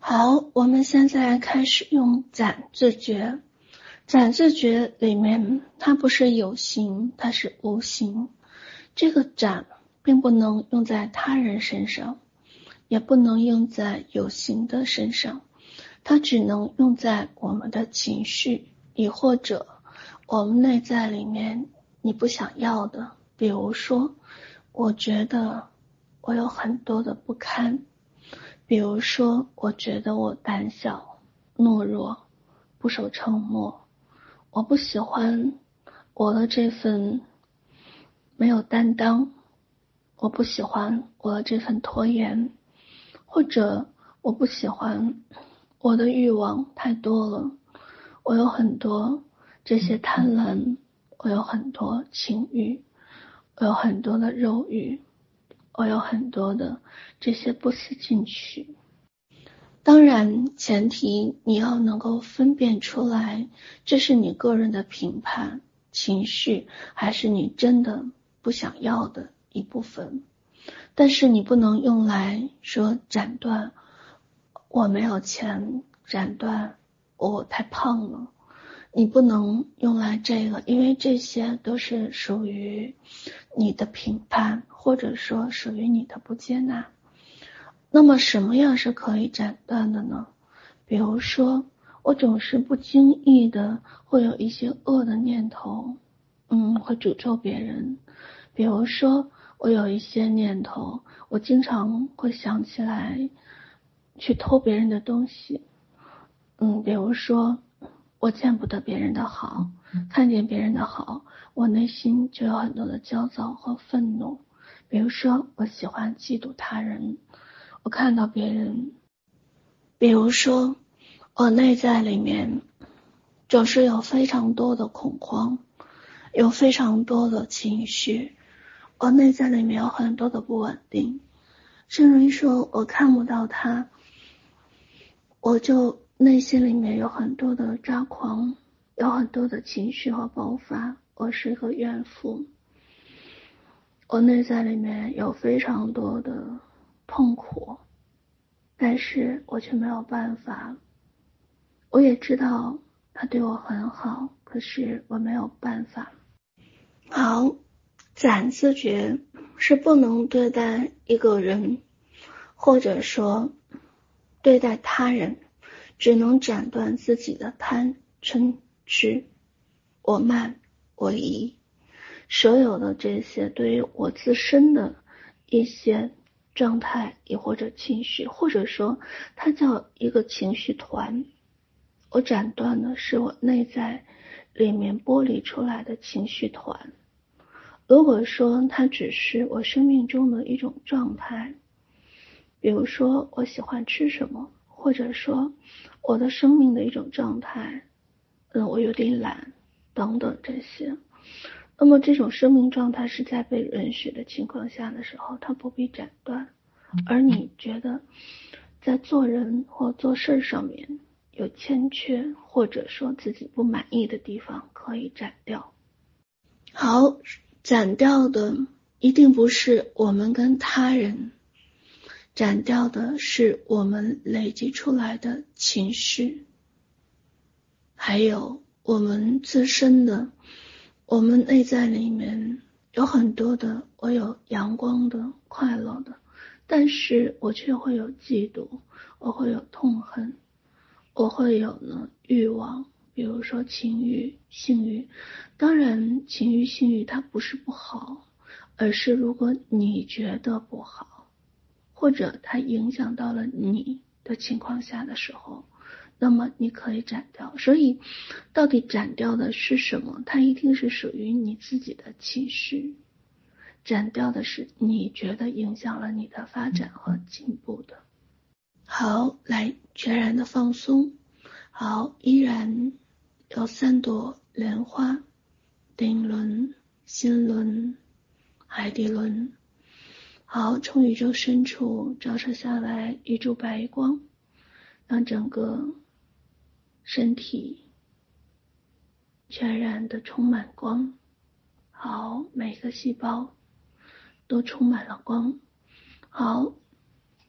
好，我们现在开始用斩字诀。斩字诀里面它不是有形，它是无形。这个斩并不能用在他人身上，也不能用在有形的身上，它只能用在我们的情绪，亦或者我们内在里面你不想要的。比如说，我觉得我有很多的不堪，比如说我觉得我胆小、懦弱、不守承诺，我不喜欢我的这份没有担当，我不喜欢我的这份拖延，或者我不喜欢我的欲望太多了，我有很多这些贪婪，我有很多情欲，我有很多的肉欲，我有很多的这些不思进取。当然前提你要能够分辨出来，这是你个人的评判情绪，还是你真的不想要的一部分。但是你不能用来说斩断我没有钱，斩断我太胖了，你不能用来这个，因为这些都是属于你的评判，或者说属于你的不接纳。那么什么样是可以斩断的呢？比如说我总是不经意的会有一些恶的念头，会诅咒别人。比如说我有一些念头，我经常会想起来去偷别人的东西。比如说我见不得别人的好，看见别人的好，我内心就有很多的焦躁和愤怒。比如说我喜欢嫉妒他人，我看到别人，比如说我内在里面总是有非常多的恐慌，有非常多的情绪，我内在里面有很多的不稳定，甚至于说我看不到他，我就内心里面有很多的抓狂，有很多的情绪和爆发。我是一个怨妇，我内在里面有非常多的痛苦，但是我却没有办法。我也知道他对我很好，可是我没有办法。好，斩字诀是不能对待一个人，或者说对待他人，只能斩断自己的贪嗔痴我慢我疑，所有的这些对于我自身的一些状态，亦或者情绪，或者说它叫一个情绪团，我斩断的是我内在里面剥离出来的情绪团。如果说它只是我生命中的一种状态，比如说我喜欢吃什么，或者说我的生命的一种状态，我有点懒等等这些，那么这种生命状态是在被允许的情况下的时候，它不必斩断。而你觉得在做人或做事上面有欠缺，或者说自己不满意的地方，可以斩掉。好，斩掉的一定不是我们跟他人，斩掉的是我们累积出来的情绪，还有我们自身的，我们内在里面有很多的，我有阳光的快乐的，但是我却会有嫉妒，我会有痛恨，我会有欲望，比如说情欲性欲。当然情欲性欲它不是不好，而是如果你觉得不好，或者它影响到了你的情况下的时候，那么你可以斩掉。所以到底斩掉的是什么？它一定是属于你自己的情绪，斩掉的是你觉得影响了你的发展和进步的。好，来全然的放松。好，依然有3朵莲花，顶轮、心轮、海底轮。好，从宇宙深处照射下来一束白光，让整个身体全然的充满光。好，每个细胞都充满了光。好，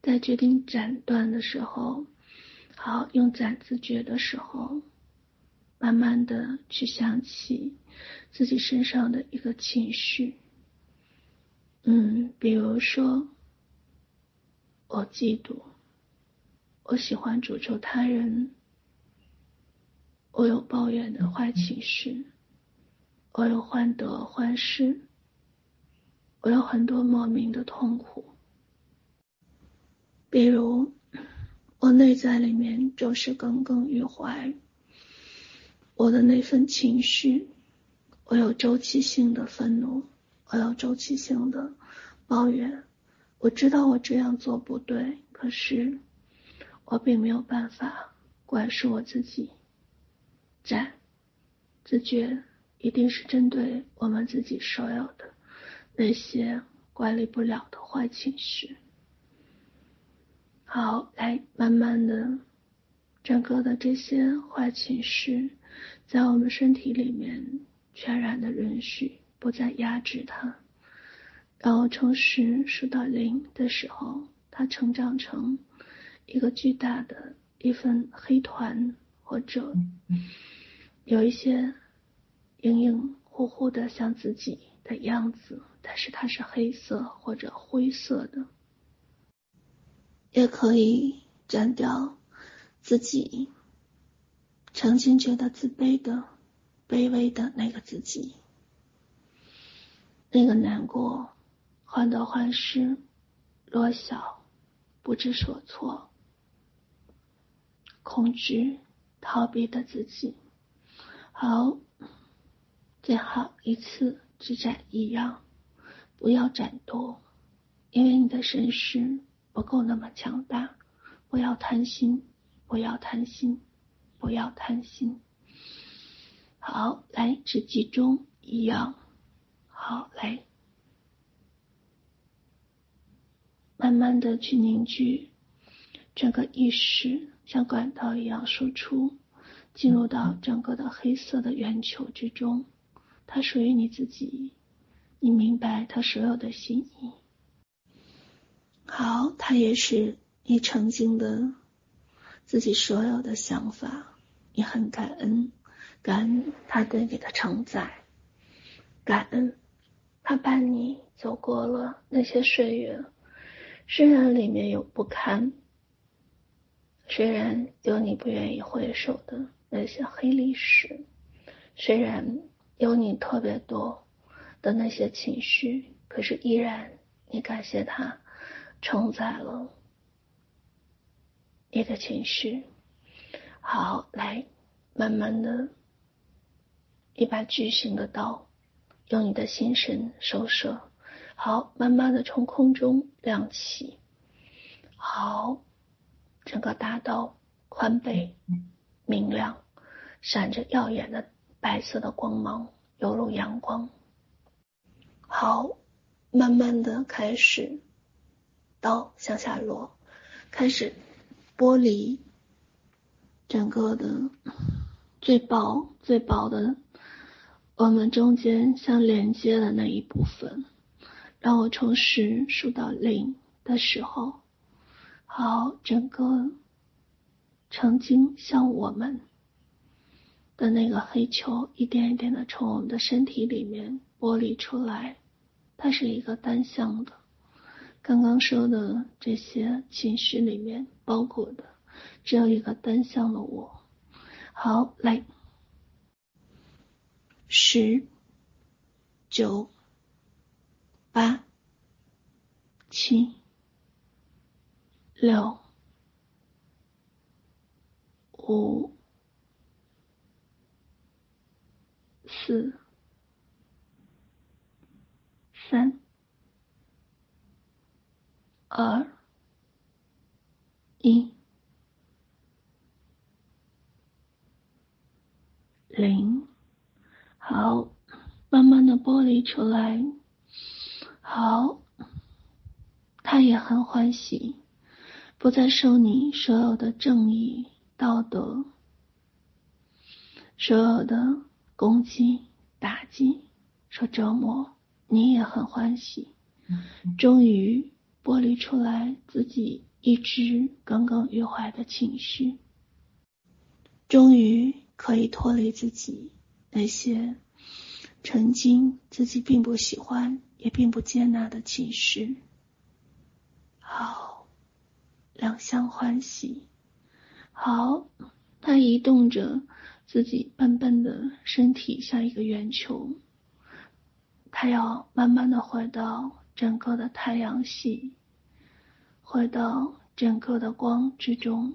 在决定斩断的时候，好，用斩自觉的时候，慢慢的去想起自己身上的一个情绪。比如说，我嫉妒，我喜欢诅咒他人，我有抱怨的坏情绪，我有患得患失，我有很多莫名的痛苦。比如我内在里面总是耿耿于怀，我的那份情绪，我有周期性的愤怒，我有周期性的抱怨，我知道我这样做不对，可是我并没有办法管束我自己。斩自觉一定是针对我们自己所有的那些管理不了的坏情绪。好，来慢慢的，整个的这些坏情绪在我们身体里面全然的允许，不再压制它。然后从10数到0的时候，它成长成一个巨大的一份黑团，或者有一些隐隐乎乎的像自己的样子，但是它是黑色或者灰色的。也可以斩掉自己曾经觉得自卑的卑微的那个自己，那个难过、患得患失、弱小、不知所措、恐惧、逃避的自己。好，最好一次只斩一样，不要斩多，因为你的身世不够那么强大。不要贪心，不要贪心，不要贪心。好，来，只集中一样。好，来，慢慢的去凝聚整个意识，像管道一样输出，进入到整个的黑色的圆球之中。它属于你自己，你明白它所有的心意。好，它也是你曾经的自己所有的想法，你很感恩，感恩他对你的承载，感恩他伴你走过了那些岁月，虽然里面有不堪，虽然有你不愿意回首的那些黑历史，虽然有你特别多的那些情绪，可是依然你感谢他承载了你的情绪。好，来，慢慢的一把巨型的刀，用你的心神收摄。好，慢慢的从空中亮起。好，整个大刀宽背明亮，闪着耀眼的白色的光芒，犹如阳光。好，慢慢的开始刀向下落，开始剥离整个的最薄的我们中间相连接的那一部分。让我从10数到0的时候，好，整个曾经像我们的那个黑球一点一点的从我们的身体里面剥离出来。它是一个单向的，刚刚说的这些情绪里面包裹的只有一个单向的我。好，来，10、9、8、7、6、5、4、3、2、1、0。好，慢慢的剥离出来。好，他也很欢喜，不再受你所有的正义、道德、所有的攻击、打击所折磨。你也很欢喜，终于剥离出来自己一直耿耿于怀的情绪，终于可以脱离自己那些曾经自己并不喜欢也并不接纳的情绪。好，两相欢喜。好，他移动着自己笨笨的身体，像一个圆球，他要慢慢的回到整个的太阳系，回到整个的光之中。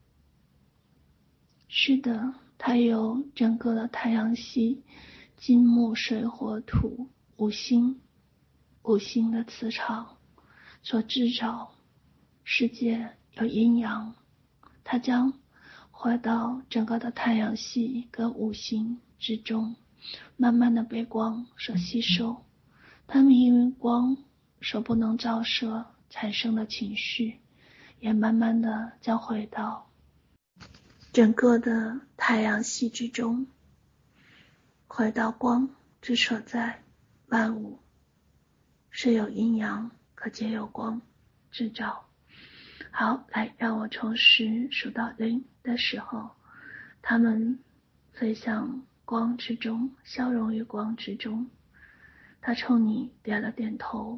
是的，它由整个的太阳系金木水火土五星的磁场所制造。世界有阴阳，它将回到整个的太阳系跟五行之中，慢慢的被光所吸收。它们因为光所不能照射产生的情绪，也慢慢的将回到整个的太阳系之中，回到光之所在。万物是有阴阳，可借由光制造。好，来，让我从10数到0的时候，它们飞向光之中，消融于光之中。他冲你点了点头，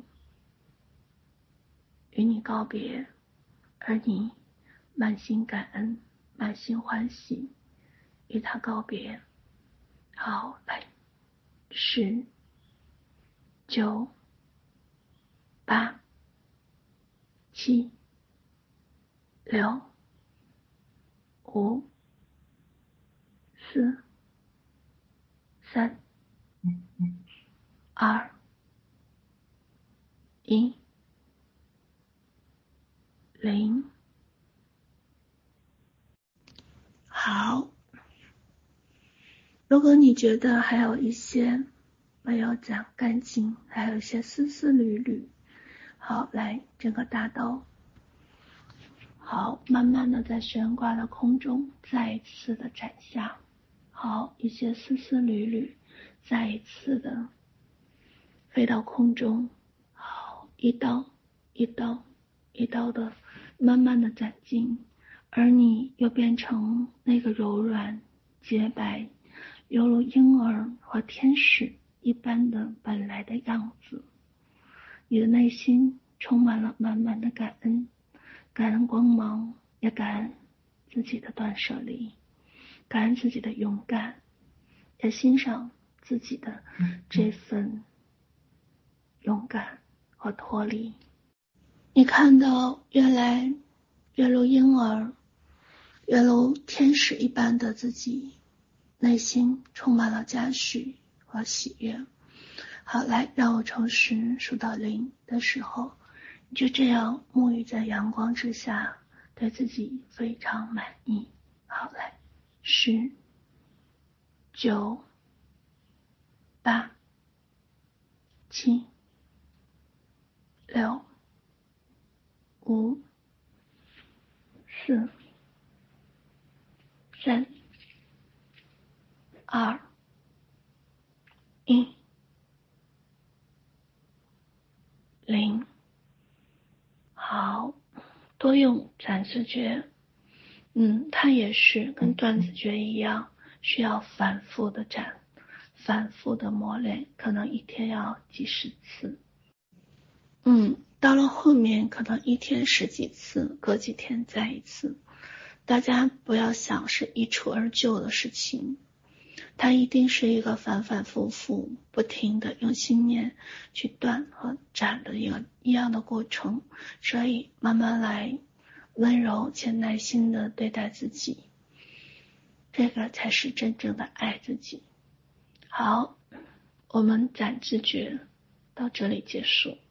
与你告别，而你满心感恩，满心欢喜，与他告别。好，来，10、9、8、7、6、5、4、3、2、1、0。好，如果你觉得还有一些没有讲干净，还有一些丝丝缕缕，好，来，整个大刀，好，慢慢的在悬挂的空中再一次的斩下。好，一些丝丝缕缕再一次的飞到空中。好，一刀一刀一刀的慢慢的斩尽，而你又变成那个柔软洁白犹如婴儿和天使一般的本来的样子。你的内心充满了满满的感恩，感恩光芒，也感恩自己的断舍离，感恩自己的勇敢，也欣赏自己的这份勇敢和脱离。你看到越来越如婴儿，越如天使一般的自己，内心充满了嘉许和喜悦。好，来，让我从10数到0的时候，你就这样沐浴在阳光之下，对自己非常满意。好，来，10、9、8、7、6、5、4、3、2、1、0。好，多用斩字诀，它也是跟断子诀一样，需要反复的斩，反复的磨练，可能一天要几十次。到了后面可能一天10几次，隔几天再一次。大家不要想是一蹴而就的事情，它一定是一个反反复复不停的用心念去断和斩的一样的过程。所以慢慢来，温柔且耐心的对待自己，这个才是真正的爱自己。好，我们斩字诀到这里结束。